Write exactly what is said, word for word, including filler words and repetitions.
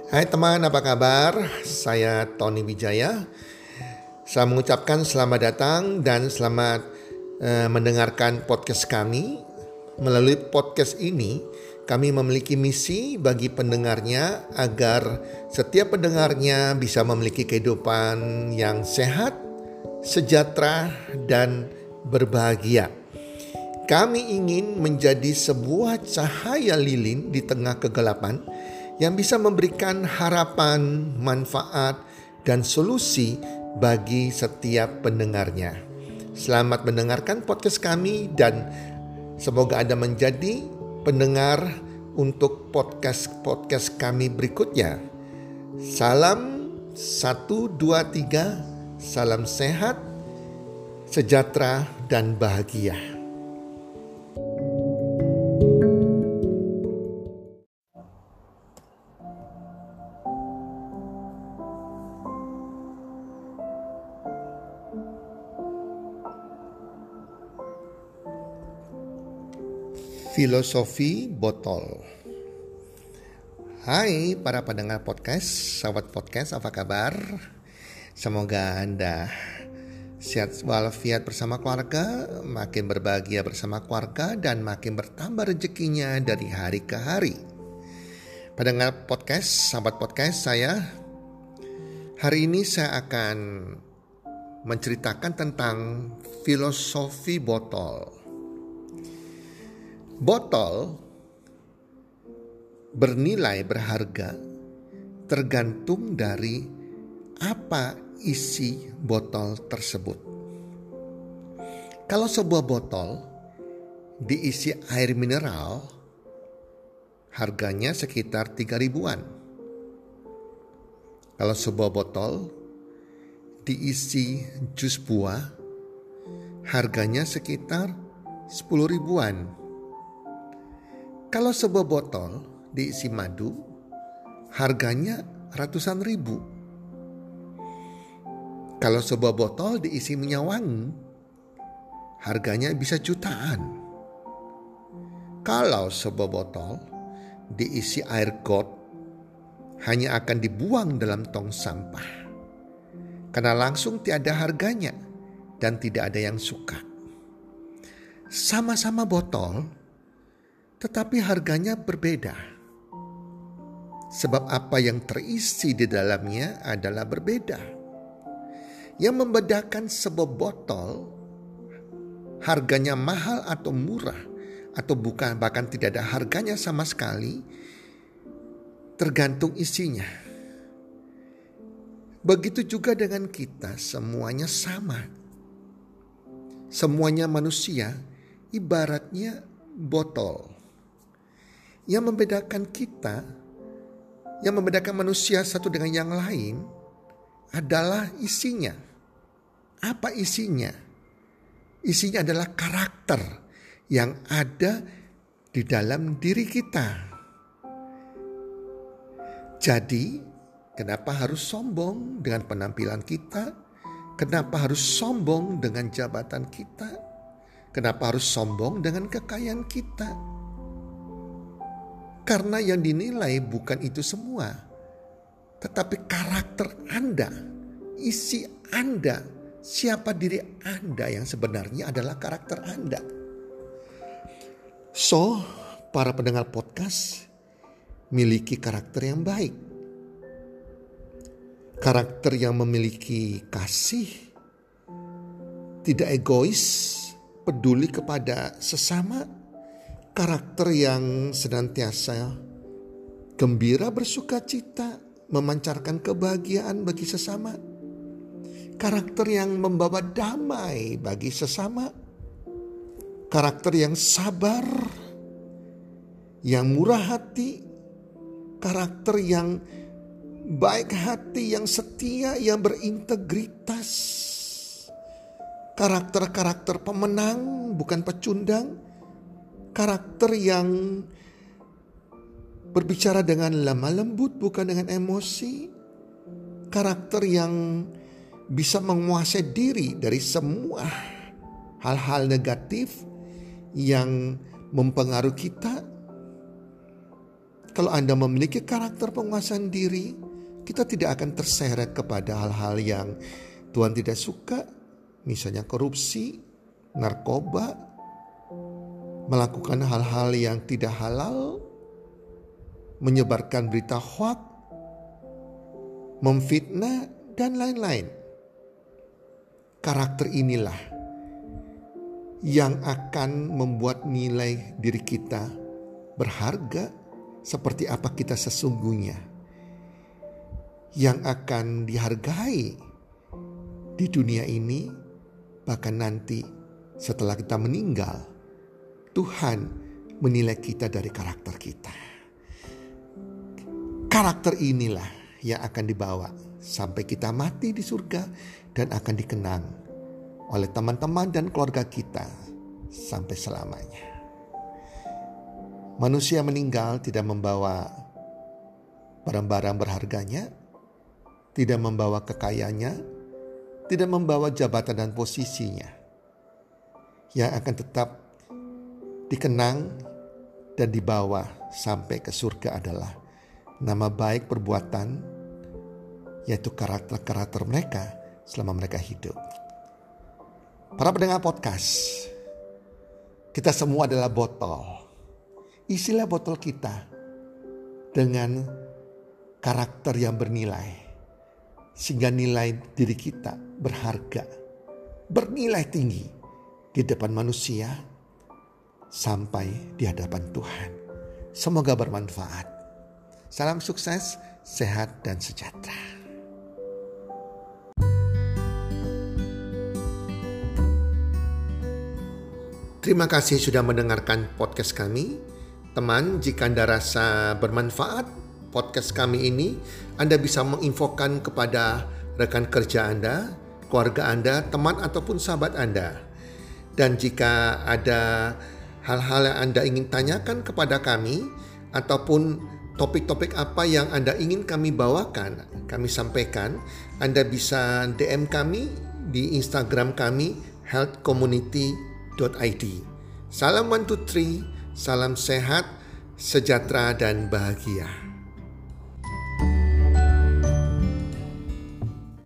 Hai teman, apa kabar? Saya Tony Wijaya. Saya mengucapkan selamat datang dan selamat uh, mendengarkan podcast kami. Melalui podcast ini, kami memiliki misi bagi pendengarnya agar setiap pendengarnya bisa memiliki kehidupan yang sehat, sejahtera, dan berbahagia. Kami ingin menjadi sebuah cahaya lilin di tengah kegelapan yang bisa memberikan harapan, manfaat, dan solusi bagi setiap pendengarnya. Selamat mendengarkan podcast kami dan semoga Anda menjadi pendengar untuk podcast-podcast kami berikutnya. Salam satu, dua, tiga, salam sehat, sejahtera, dan bahagia. Filosofi botol. Hai para pendengar podcast, sahabat podcast, apa kabar? Semoga Anda sehat walafiat bersama keluarga, makin berbahagia bersama keluarga, dan makin bertambah rezekinya dari hari ke hari. Pendengar podcast, sahabat podcast saya, hari ini saya akan menceritakan tentang filosofi botol. Botol bernilai berharga tergantung dari apa isi botol tersebut. Kalau sebuah botol diisi air mineral, harganya sekitar tiga ribuan. Kalau sebuah botol diisi jus buah, harganya sekitar sepuluh ribuan. Kalau sebuah botol diisi madu, harganya ratusan ribu. Kalau sebuah botol diisi minyak wangi, harganya bisa jutaan. Kalau sebuah botol diisi air got, hanya akan dibuang dalam tong sampah. Karena langsung tiada harganya dan tidak ada yang suka. Sama-sama botol, tetapi harganya berbeda. Sebab apa yang terisi di dalamnya adalah berbeda. Yang membedakan sebuah botol harganya mahal atau murah, atau bukan bahkan tidak ada harganya sama sekali, tergantung isinya. Begitu juga dengan kita, semuanya sama. Semuanya manusia ibaratnya botol. Yang membedakan kita, yang membedakan manusia satu dengan yang lain adalah isinya. Apa isinya? Isinya adalah karakter yang ada di dalam diri kita. Jadi, kenapa harus sombong dengan penampilan kita? Kenapa harus sombong dengan jabatan kita? Kenapa harus sombong dengan kekayaan kita? Karena yang dinilai bukan itu semua, tetapi karakter Anda, isi Anda, siapa diri Anda yang sebenarnya adalah karakter Anda. So, para pendengar podcast miliki karakter yang baik. Karakter yang memiliki kasih, tidak egois, peduli kepada sesama. Karakter yang senantiasa gembira, bersuka cita, memancarkan kebahagiaan bagi sesama. Karakter yang membawa damai bagi sesama. Karakter yang sabar, yang murah hati. Karakter yang baik hati, yang setia, yang berintegritas. Karakter-karakter pemenang, bukan pecundang. Karakter yang berbicara dengan lemah lembut, bukan dengan emosi. Karakter yang bisa menguasai diri dari semua hal-hal negatif yang mempengaruhi kita. Kalau Anda memiliki karakter penguasaan diri, kita tidak akan terseret kepada hal-hal yang Tuhan tidak suka. Misalnya korupsi, narkoba, melakukan hal-hal yang tidak halal, menyebarkan berita hoaks, memfitnah, dan lain-lain. Karakter inilah yang akan membuat nilai diri kita berharga seperti apa kita sesungguhnya, yang akan dihargai di dunia ini, bahkan nanti setelah kita meninggal, Tuhan menilai kita dari karakter kita. Karakter inilah yang akan dibawa sampai kita mati di surga dan akan dikenang oleh teman-teman dan keluarga kita sampai selamanya. Manusia meninggal tidak membawa barang-barang berharganya, tidak membawa kekayaannya, tidak membawa jabatan dan posisinya. Yang akan tetap dikenang dan dibawa sampai ke surga adalah nama baik perbuatan, yaitu karakter-karakter mereka selama mereka hidup. Para pendengar podcast, kita semua adalah botol. Isilah botol kita dengan karakter yang bernilai, sehingga nilai diri kita berharga, bernilai tinggi di depan manusia sampai di hadapan Tuhan. Semoga bermanfaat. Salam sukses, sehat, dan sejahtera. Terima kasih sudah mendengarkan podcast kami. Teman, jika Anda rasa bermanfaat podcast kami ini, Anda bisa menginfokan kepada rekan kerja Anda, keluarga Anda, teman ataupun sahabat Anda. Dan jika ada hal-hal yang Anda ingin tanyakan kepada kami, ataupun topik-topik apa yang Anda ingin kami bawakan, kami sampaikan, Anda bisa D M kami di Instagram kami health community dot i d. Salam one two three, salam sehat, sejahtera, dan bahagia.